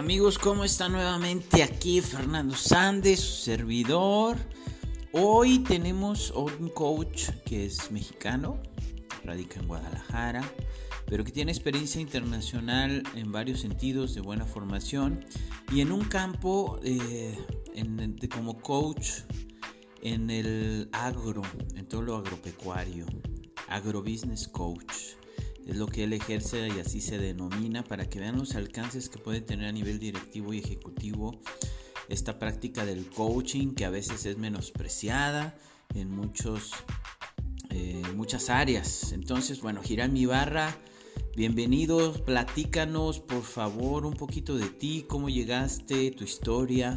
Amigos, ¿cómo están? Nuevamente aquí Fernando Sández, su servidor. Hoy tenemos un coach que es mexicano, radica en Guadalajara, pero que tiene experiencia internacional en varios sentidos de buena formación y en un campo como coach en el agro, en todo lo agropecuario, agrobusiness coach. Es lo que él ejerce y así se denomina, para que vean los alcances que puede tener a nivel directivo y ejecutivo esta práctica del coaching, que a veces es menospreciada en muchas áreas. Entonces, bueno, Hiram Ibarra, bienvenidos, platícanos por favor un poquito de ti, cómo llegaste, tu historia.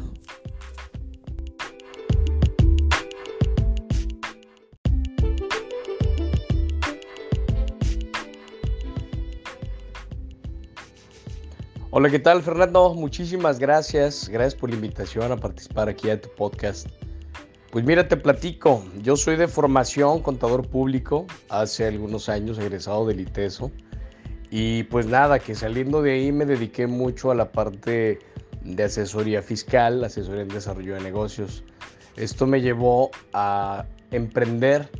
Hola, ¿qué tal, Fernando? Muchísimas gracias. Gracias por la invitación a participar aquí a tu podcast. Pues mira, te platico. Yo soy de formación contador público, hace algunos años egresado del ITESO. Y pues nada, que saliendo de ahí me dediqué mucho a la parte de asesoría fiscal, asesoría en desarrollo de negocios. Esto me llevó a emprender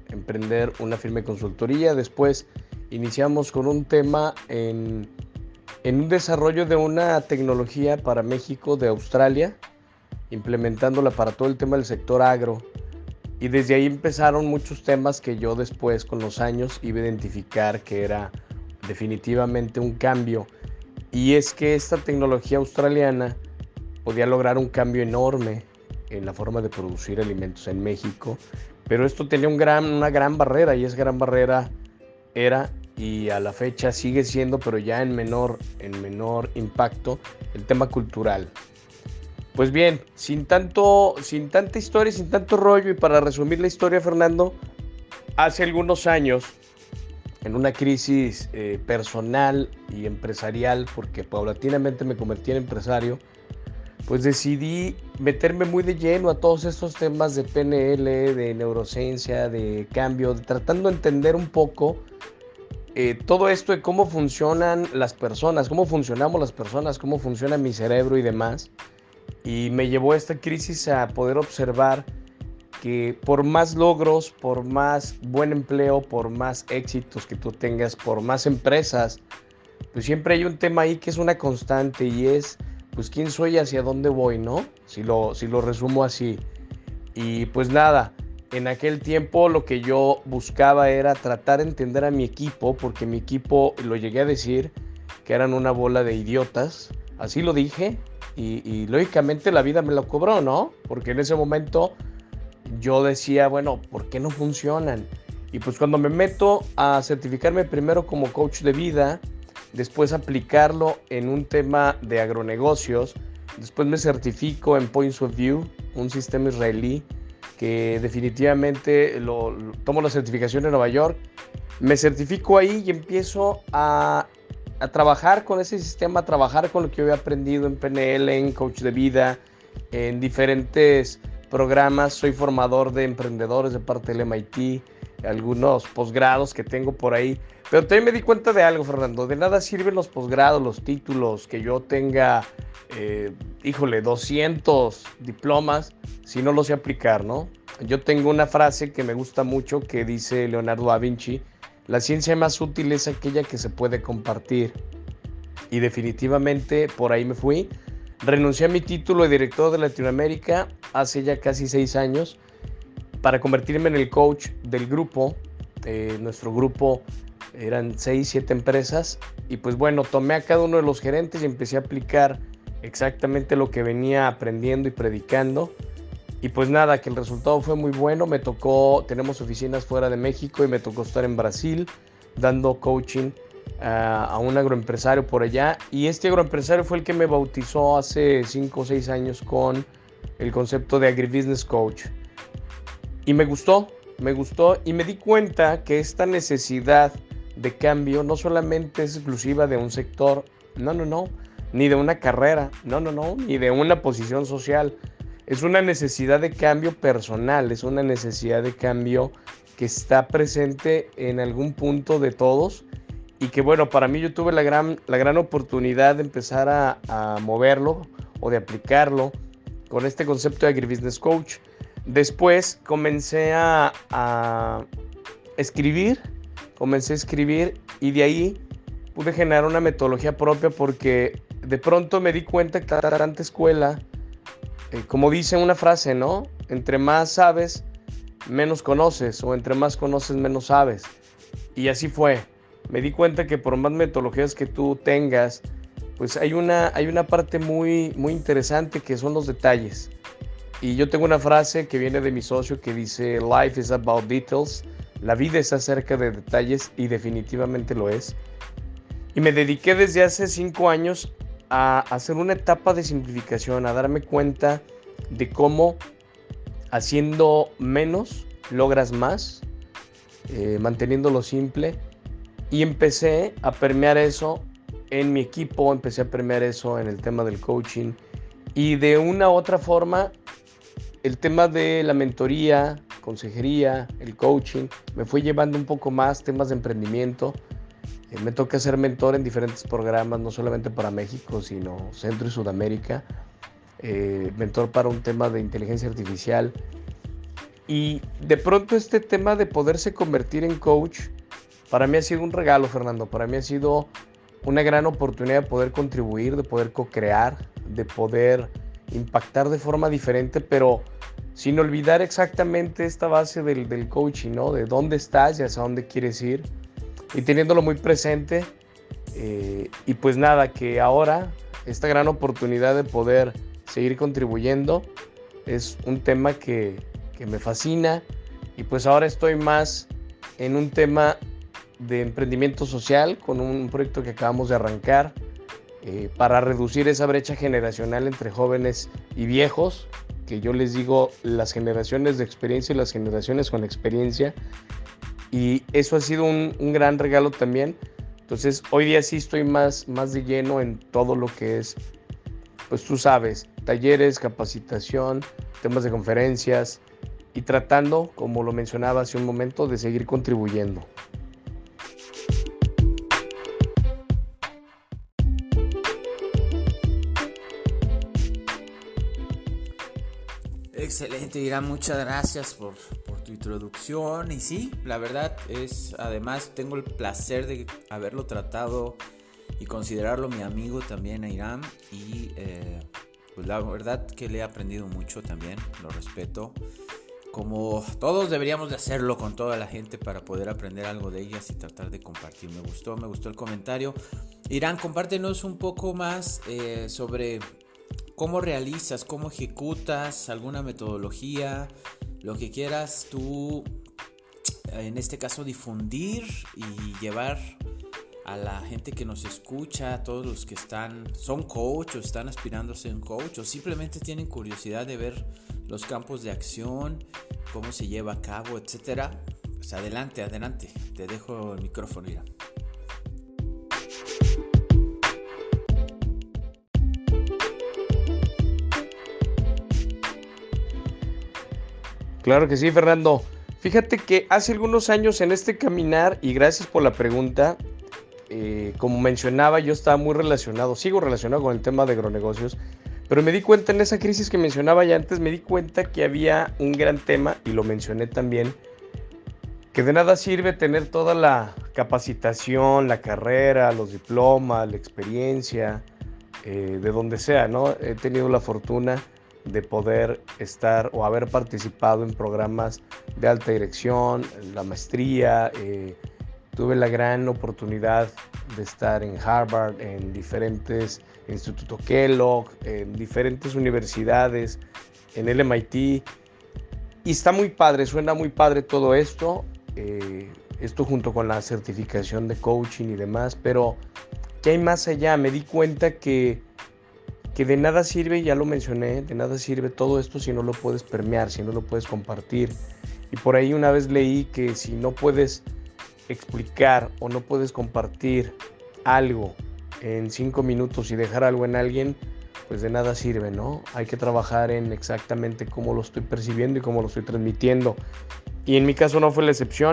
una firma de consultoría. Después iniciamos con un tema en un desarrollo de una tecnología para México de Australia, implementándola para todo el tema del sector agro. Y desde ahí empezaron muchos temas que yo después, con los años, iba a identificar que era definitivamente un cambio. Y es que esta tecnología australiana podía lograr un cambio enorme en la forma de producir alimentos en México. Pero esto tenía una gran barrera, y esa gran barrera era, y a la fecha sigue siendo, pero ya en menor impacto, el tema cultural. Pues bien, sin tanta historia, sin tanto rollo, y para resumir la historia, Fernando, hace algunos años, en una crisis personal y empresarial, porque paulatinamente me convertí en empresario, pues decidí meterme muy de lleno a todos estos temas de PNL, de neurociencia, de cambio, tratando de entender un poco todo esto de cómo funcionan las personas, cómo funcionamos las personas, cómo funciona mi cerebro y demás. Y me llevó a esta crisis a poder observar que por más logros, por más buen empleo, por más éxitos que tú tengas, por más empresas, pues siempre hay un tema ahí que es una constante, y es, pues, quién soy y hacia dónde voy, ¿no? Si lo resumo así. Y pues nada, en aquel tiempo lo que yo buscaba era tratar de entender a mi equipo, porque mi equipo, lo llegué a decir, que eran una bola de idiotas. Así lo dije, y lógicamente la vida me lo cobró, ¿no? Porque en ese momento yo decía, bueno, ¿por qué no funcionan? Y pues cuando me meto a certificarme primero como coach de vida, después aplicarlo en un tema de agronegocios, después me certifico en Points of View, un sistema israelí, que definitivamente tomo la certificación en Nueva York, me certifico ahí y empiezo a trabajar con ese sistema, a trabajar con lo que yo había aprendido en PNL, en coach de vida, en diferentes programas. Soy formador de emprendedores de parte del MIT, algunos posgrados que tengo por ahí. Pero también me di cuenta de algo, Fernando. De nada sirven los posgrados, los títulos, que yo tenga 200 diplomas, si no los sé aplicar, ¿no? Yo tengo una frase que me gusta mucho, que dice Leonardo da Vinci: la ciencia más útil es aquella que se puede compartir. Y definitivamente por ahí me fui. Renuncié a mi título de director de Latinoamérica hace ya casi 6 años para convertirme en el coach del grupo. Nuestro grupo eran 6, 7 empresas, y pues bueno, tomé a cada uno de los gerentes y empecé a aplicar exactamente lo que venía aprendiendo y predicando. Y pues nada, que el resultado fue muy bueno. Tenemos oficinas fuera de México, y me tocó estar en Brasil dando coaching a un agroempresario por allá. Y este agroempresario fue el que me bautizó hace 5 o 6 años con el concepto de Agribusiness Coach. Y me gustó, y me di cuenta que esta necesidad de cambio no solamente es exclusiva de un sector, no, ni de una carrera, ni de una posición social. Es una necesidad de cambio personal, es una necesidad de cambio que está presente en algún punto de todos, y que bueno, para mí yo tuve la gran oportunidad de empezar a moverlo o de aplicarlo con este concepto de Agribusiness Coach. Después comencé a escribir, y de ahí pude generar una metodología propia porque de pronto me di cuenta que tanta escuela, como dice una frase, ¿no? Entre más sabes, menos conoces, o entre más conoces, menos sabes. Y así fue. Me di cuenta que por más metodologías que tú tengas, pues hay una parte muy, muy interesante que son los detalles. Y yo tengo una frase que viene de mi socio que dice: Life is about details. La vida es acerca de detalles, y definitivamente lo es. Y me dediqué desde hace 5 años a hacer una etapa de simplificación, a darme cuenta de cómo haciendo menos logras más, manteniéndolo simple. Y empecé a permear eso en mi equipo, empecé a permear eso en el tema del coaching. Y de una u otra forma, el tema de la mentoría, consejería, el coaching, me fue llevando un poco más temas de emprendimiento. Me toca ser mentor en diferentes programas, no solamente para México, sino Centro y Sudamérica. Mentor para un tema de inteligencia artificial. Y de pronto este tema de poderse convertir en coach, para mí ha sido un regalo, Fernando. Para mí ha sido una gran oportunidad de poder contribuir, de poder co-crear, de poder impactar de forma diferente, pero sin olvidar exactamente esta base del coaching, ¿no? De dónde estás y hacia dónde quieres ir, y teniéndolo muy presente. Y pues nada, que ahora esta gran oportunidad de poder seguir contribuyendo es un tema que me fascina, y pues ahora estoy más en un tema de emprendimiento social con un proyecto que acabamos de arrancar para reducir esa brecha generacional entre jóvenes y viejos, que yo les digo las generaciones de experiencia y las generaciones con experiencia, y eso ha sido un gran regalo también. Entonces hoy día sí estoy más de lleno en todo lo que es, pues tú sabes, talleres, capacitación, temas de conferencias, y tratando, como lo mencionaba hace un momento, de seguir contribuyendo. Excelente, Irán, muchas gracias por tu introducción. Y sí, la verdad es, además tengo el placer de haberlo tratado y considerarlo mi amigo también a Irán. Y pues la verdad que le he aprendido mucho también, lo respeto. Como todos deberíamos de hacerlo con toda la gente para poder aprender algo de ellas y tratar de compartir. Me gustó el comentario. Irán, compártenos un poco más sobre cómo realizas, cómo ejecutas alguna metodología, lo que quieras tú, en este caso, difundir y llevar a la gente que nos escucha, a todos los que son coach o están aspirando a ser un coach, o simplemente tienen curiosidad de ver los campos de acción, cómo se lleva a cabo, etcétera. Pues adelante, te dejo el micrófono, Irán. Claro que sí, Fernando. Fíjate que hace algunos años en este caminar, y gracias por la pregunta, como mencionaba, yo estaba sigo relacionado con el tema de agronegocios, pero me di cuenta en esa crisis que mencionaba ya antes, me di cuenta que había un gran tema, y lo mencioné también, que de nada sirve tener toda la capacitación, la carrera, los diplomas, la experiencia, de donde sea, ¿no? He tenido la fortuna de poder estar o haber participado en programas de alta dirección, la maestría. Tuve la gran oportunidad de estar en Harvard, en diferentes Instituto Kellogg, en diferentes universidades, en el MIT. Y está muy padre, suena muy padre todo esto. Esto junto con la certificación de coaching y demás. Pero, ¿qué hay más allá? Me di cuenta que de nada sirve, ya lo mencioné, de nada sirve todo esto si no lo puedes permear, si no lo puedes compartir. Y por ahí una vez leí que si no puedes explicar o no puedes compartir algo en 5 minutos y dejar algo en alguien, pues de nada sirve, ¿no? Hay que trabajar en exactamente cómo lo estoy percibiendo y cómo lo estoy transmitiendo. Y en mi caso no fue la excepción.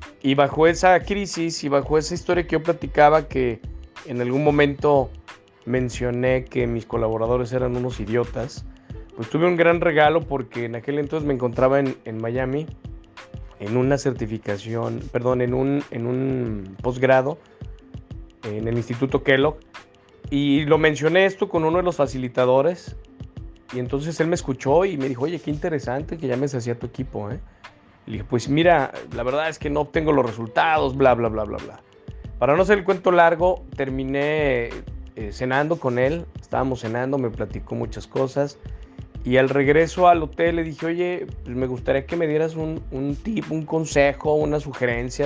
Y bajo esa crisis y bajo esa historia que yo platicaba, que en algún momento mencioné que mis colaboradores eran unos idiotas, pues tuve un gran regalo porque en aquel entonces me encontraba en Miami en una certificación, perdón, en un posgrado en el Instituto Kellogg, y lo mencioné esto con uno de los facilitadores, y entonces él me escuchó y me dijo, oye, qué interesante que llames así a tu equipo, ¿eh? Y le dije, pues mira, la verdad es que no obtengo los resultados, bla, bla, bla, bla, bla. Para no hacer el cuento largo, terminé cenando con él, estábamos cenando, me platicó muchas cosas, y al regreso al hotel le dije, oye, pues me gustaría que me dieras un tip, un consejo, una sugerencia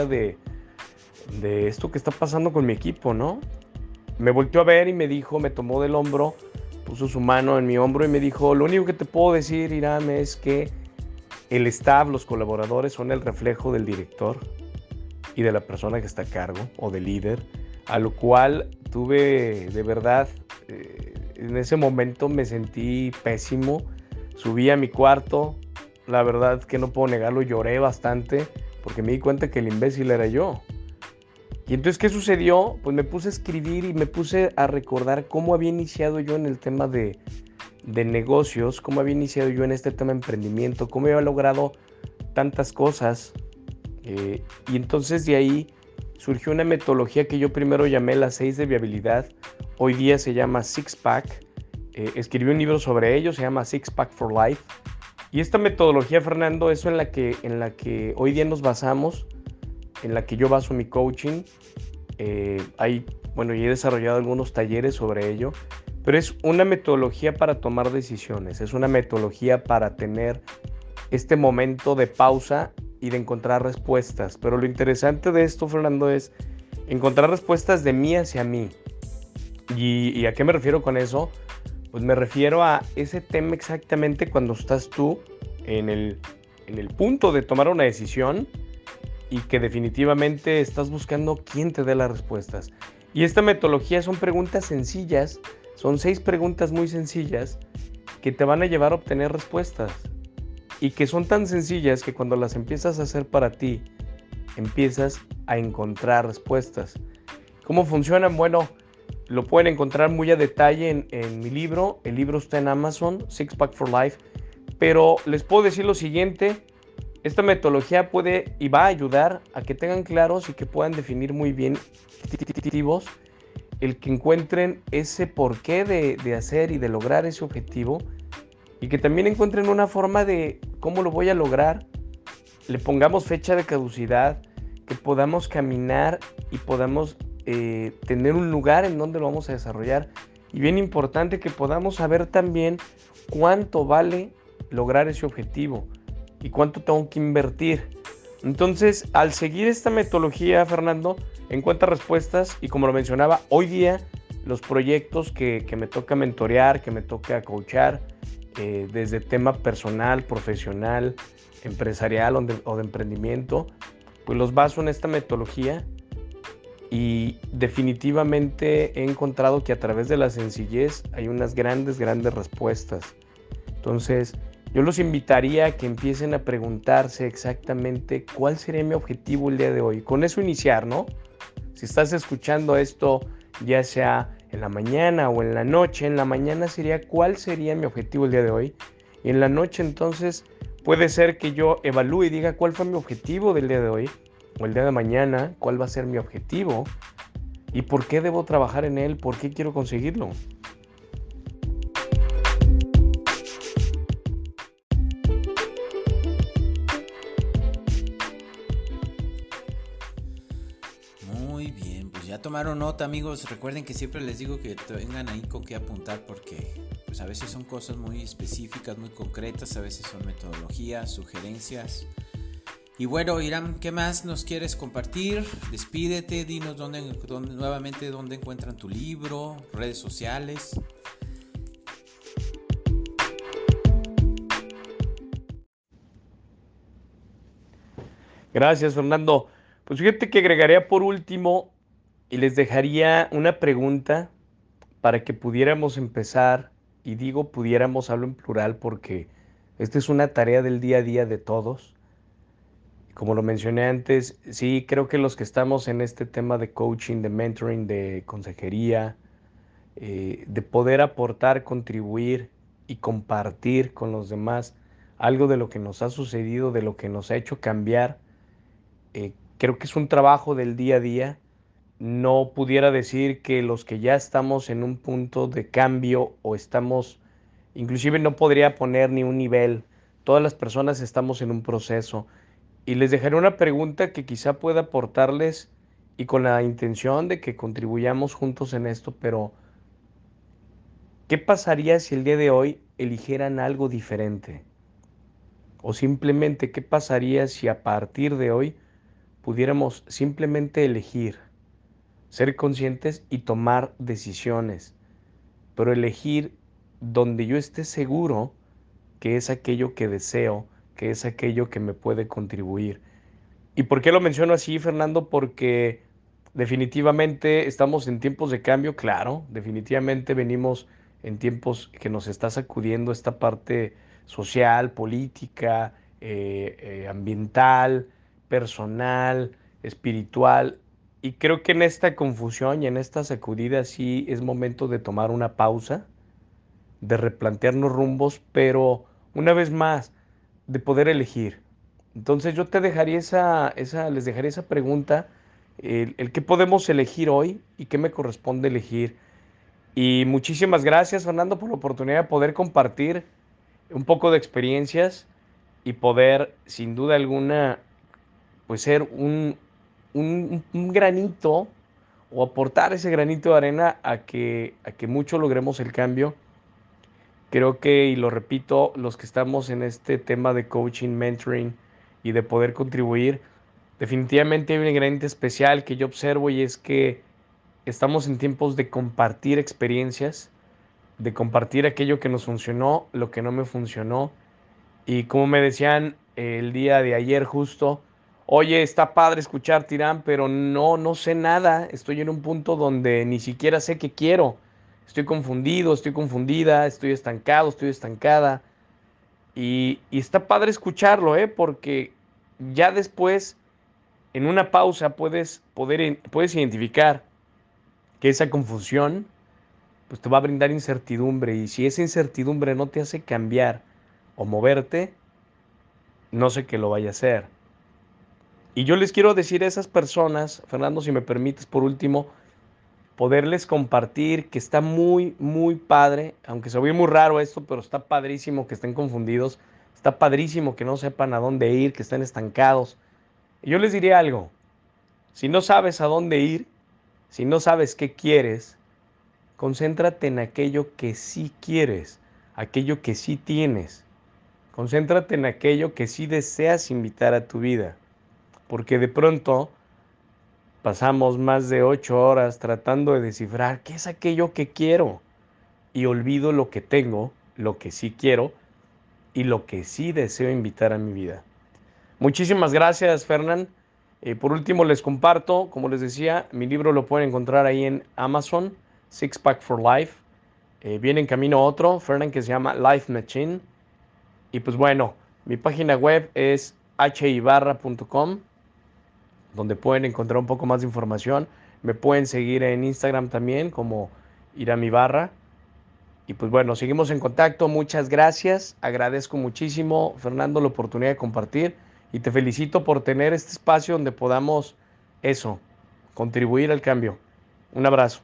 de esto que está pasando con mi equipo, ¿no? Me volteó a ver y me dijo, me tomó del hombro, puso su mano en mi hombro y me dijo, lo único que te puedo decir, Irán, es que el staff, los colaboradores son el reflejo del director y de la persona que está a cargo o del líder, a lo cual tuve de verdad, en ese momento me sentí pésimo, subí a mi cuarto, la verdad que no puedo negarlo, lloré bastante porque me di cuenta que el imbécil era yo. Y entonces, ¿qué sucedió? Pues me puse a escribir y me puse a recordar cómo había iniciado yo en el tema de negocios, cómo había iniciado yo en este tema de emprendimiento, cómo había logrado tantas cosas. Y entonces de ahí surgió una metodología que yo primero llamé las 6 de viabilidad. Hoy día se llama Six Pack. Escribí un libro sobre ello, se llama Six Pack for Life. Y esta metodología, Fernando, es en la que hoy día nos basamos, en la que yo baso mi coaching. Bueno, y he desarrollado algunos talleres sobre ello, pero es una metodología para tomar decisiones, es una metodología para tener este momento de pausa y de encontrar respuestas. Pero lo interesante de esto, Fernando, es encontrar respuestas de mí hacia mí. ¿Y a qué me refiero con eso? Pues me refiero a ese tema exactamente cuando estás tú en el punto de tomar una decisión y que definitivamente estás buscando quién te dé las respuestas. Y esta metodología son preguntas sencillas, son 6 preguntas muy sencillas que te van a llevar a obtener respuestas y que son tan sencillas que cuando las empiezas a hacer para ti, empiezas a encontrar respuestas. ¿Cómo funcionan? Bueno, lo pueden encontrar muy a detalle en mi libro. El libro está en Amazon, Six Pack for Life, pero les puedo decir lo siguiente. Esta metodología puede y va a ayudar a que tengan claros y que puedan definir muy bien objetivos, el que encuentren ese porqué de hacer y de lograr ese objetivo, y que también encuentren una forma de cómo lo voy a lograr, le pongamos fecha de caducidad, que podamos caminar y podamos tener un lugar en donde lo vamos a desarrollar, y bien importante que podamos saber también cuánto vale lograr ese objetivo y cuánto tengo que invertir. Entonces, al seguir esta metodología, Fernando, encuentra respuestas, y como lo mencionaba, hoy día los proyectos que me toca mentorear, que me toca coachar, desde tema personal, profesional, empresarial o de emprendimiento, pues los baso en esta metodología, y definitivamente he encontrado que a través de la sencillez hay unas grandes respuestas. Entonces, yo los invitaría a que empiecen a preguntarse exactamente cuál sería mi objetivo el día de hoy. Con eso iniciar, ¿no? Si estás escuchando esto, ya sea en la mañana o en la noche, en la mañana sería cuál sería mi objetivo el día de hoy. Y en la noche entonces puede ser que yo evalúe y diga cuál fue mi objetivo del día de hoy, o el día de mañana, cuál va a ser mi objetivo y por qué debo trabajar en él, por qué quiero conseguirlo. Muy bien, pues ya tomaron nota, amigos. Recuerden que siempre les digo que tengan ahí con qué apuntar, porque pues a veces son cosas muy específicas, muy concretas, a veces son metodologías, sugerencias. Y bueno, Irán, ¿qué más nos quieres compartir? Despídete, dinos nuevamente dónde encuentran tu libro, redes sociales. Gracias, Fernando. Pues fíjate que agregaría por último y les dejaría una pregunta para que pudiéramos empezar, y digo pudiéramos, hablo en plural porque esta es una tarea del día a día de todos. como lo mencioné antes, sí creo que los que estamos en este tema de coaching, de mentoring, de consejería, de poder aportar, contribuir y compartir con los demás algo de lo que nos ha sucedido, de lo que nos ha hecho cambiar, creo que es un trabajo del día a día. No pudiera decir que los que ya estamos en un punto de cambio o estamos, inclusive no podría poner ni un nivel. Todas las personas estamos en un proceso. Y les dejaré una pregunta que quizá pueda aportarles y con la intención de que contribuyamos juntos en esto, pero ¿qué pasaría si el día de hoy eligieran algo diferente? O simplemente, ¿qué pasaría si a partir de hoy pudiéramos simplemente elegir, ser conscientes y tomar decisiones, pero elegir donde yo esté seguro que es aquello que deseo, que es aquello que me puede contribuir? ¿Y por qué lo menciono así, Fernando? Porque definitivamente estamos en tiempos de cambio, claro, definitivamente venimos en tiempos que nos está sacudiendo esta parte social, política, ambiental, personal, espiritual. Y creo que en esta confusión y en esta sacudida sí es momento de tomar una pausa, de replantearnos rumbos, pero una vez más, de poder elegir. Entonces yo te dejaría les dejaría esa pregunta, el qué podemos elegir hoy y qué me corresponde elegir. Y muchísimas gracias, Fernando, por la oportunidad de poder compartir un poco de experiencias y poder, sin duda alguna, pues ser un granito o aportar ese granito de arena a que mucho logremos el cambio. Creo que, y lo repito, los que estamos en este tema de coaching, mentoring y de poder contribuir, definitivamente hay un ingrediente especial que yo observo y es que estamos en tiempos de compartir experiencias, de compartir aquello que nos funcionó, lo que no me funcionó. Y como me decían el día de ayer justo, oye, está padre escuchar Tirán, pero no sé nada. Estoy en un punto donde ni siquiera sé qué quiero. Estoy confundido, estoy confundida, estoy estancado, estoy estancada. Y está padre escucharlo, ¿eh? Porque ya después, en una pausa, puedes identificar que esa confusión pues te va a brindar incertidumbre. Y si esa incertidumbre no te hace cambiar o moverte, no sé qué lo vaya a hacer. Y yo les quiero decir a esas personas, Fernando, si me permites, por último, poderles compartir que está muy padre, aunque se oye muy raro esto, pero está padrísimo que estén confundidos, está padrísimo que no sepan a dónde ir, que estén estancados. Y yo les diría algo, si no sabes a dónde ir, si no sabes qué quieres, concéntrate en aquello que sí quieres, aquello que sí tienes. Concéntrate en aquello que sí deseas invitar a tu vida. Porque de pronto pasamos más de 8 horas tratando de descifrar qué es aquello que quiero y olvido lo que tengo, lo que sí quiero y lo que sí deseo invitar a mi vida. Muchísimas gracias, Fernán. Por último, les comparto, como les decía, mi libro lo pueden encontrar ahí en Amazon, Six Pack for Life. Viene en camino otro, Fernán, que se llama Life Machine. Y pues bueno, mi página web es hibarra.com, donde pueden encontrar un poco más de información. Me pueden seguir en Instagram también como Irami Barra. Y pues bueno, seguimos en contacto. Muchas gracias. Agradezco muchísimo, Fernando, la oportunidad de compartir. Y te felicito por tener este espacio donde podamos eso, contribuir al cambio. Un abrazo.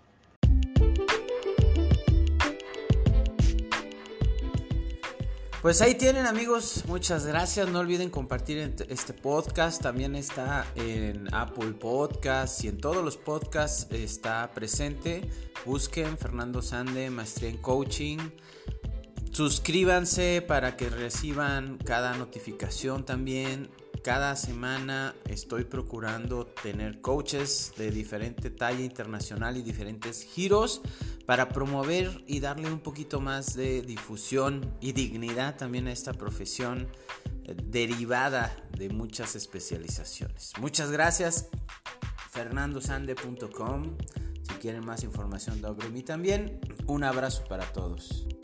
Pues ahí tienen, amigos, muchas gracias. No olviden compartir este podcast. También está en Apple Podcasts y en todos los podcasts está presente. Busquen Fernando Sande, Maestría en Coaching. Suscríbanse para que reciban cada notificación también. Cada semana estoy procurando tener coaches de diferente talla internacional y diferentes giros para promover y darle un poquito más de difusión y dignidad también a esta profesión derivada de muchas especializaciones. Muchas gracias. fernandosande.com. Si quieren más información sobre mí también. Un abrazo para todos.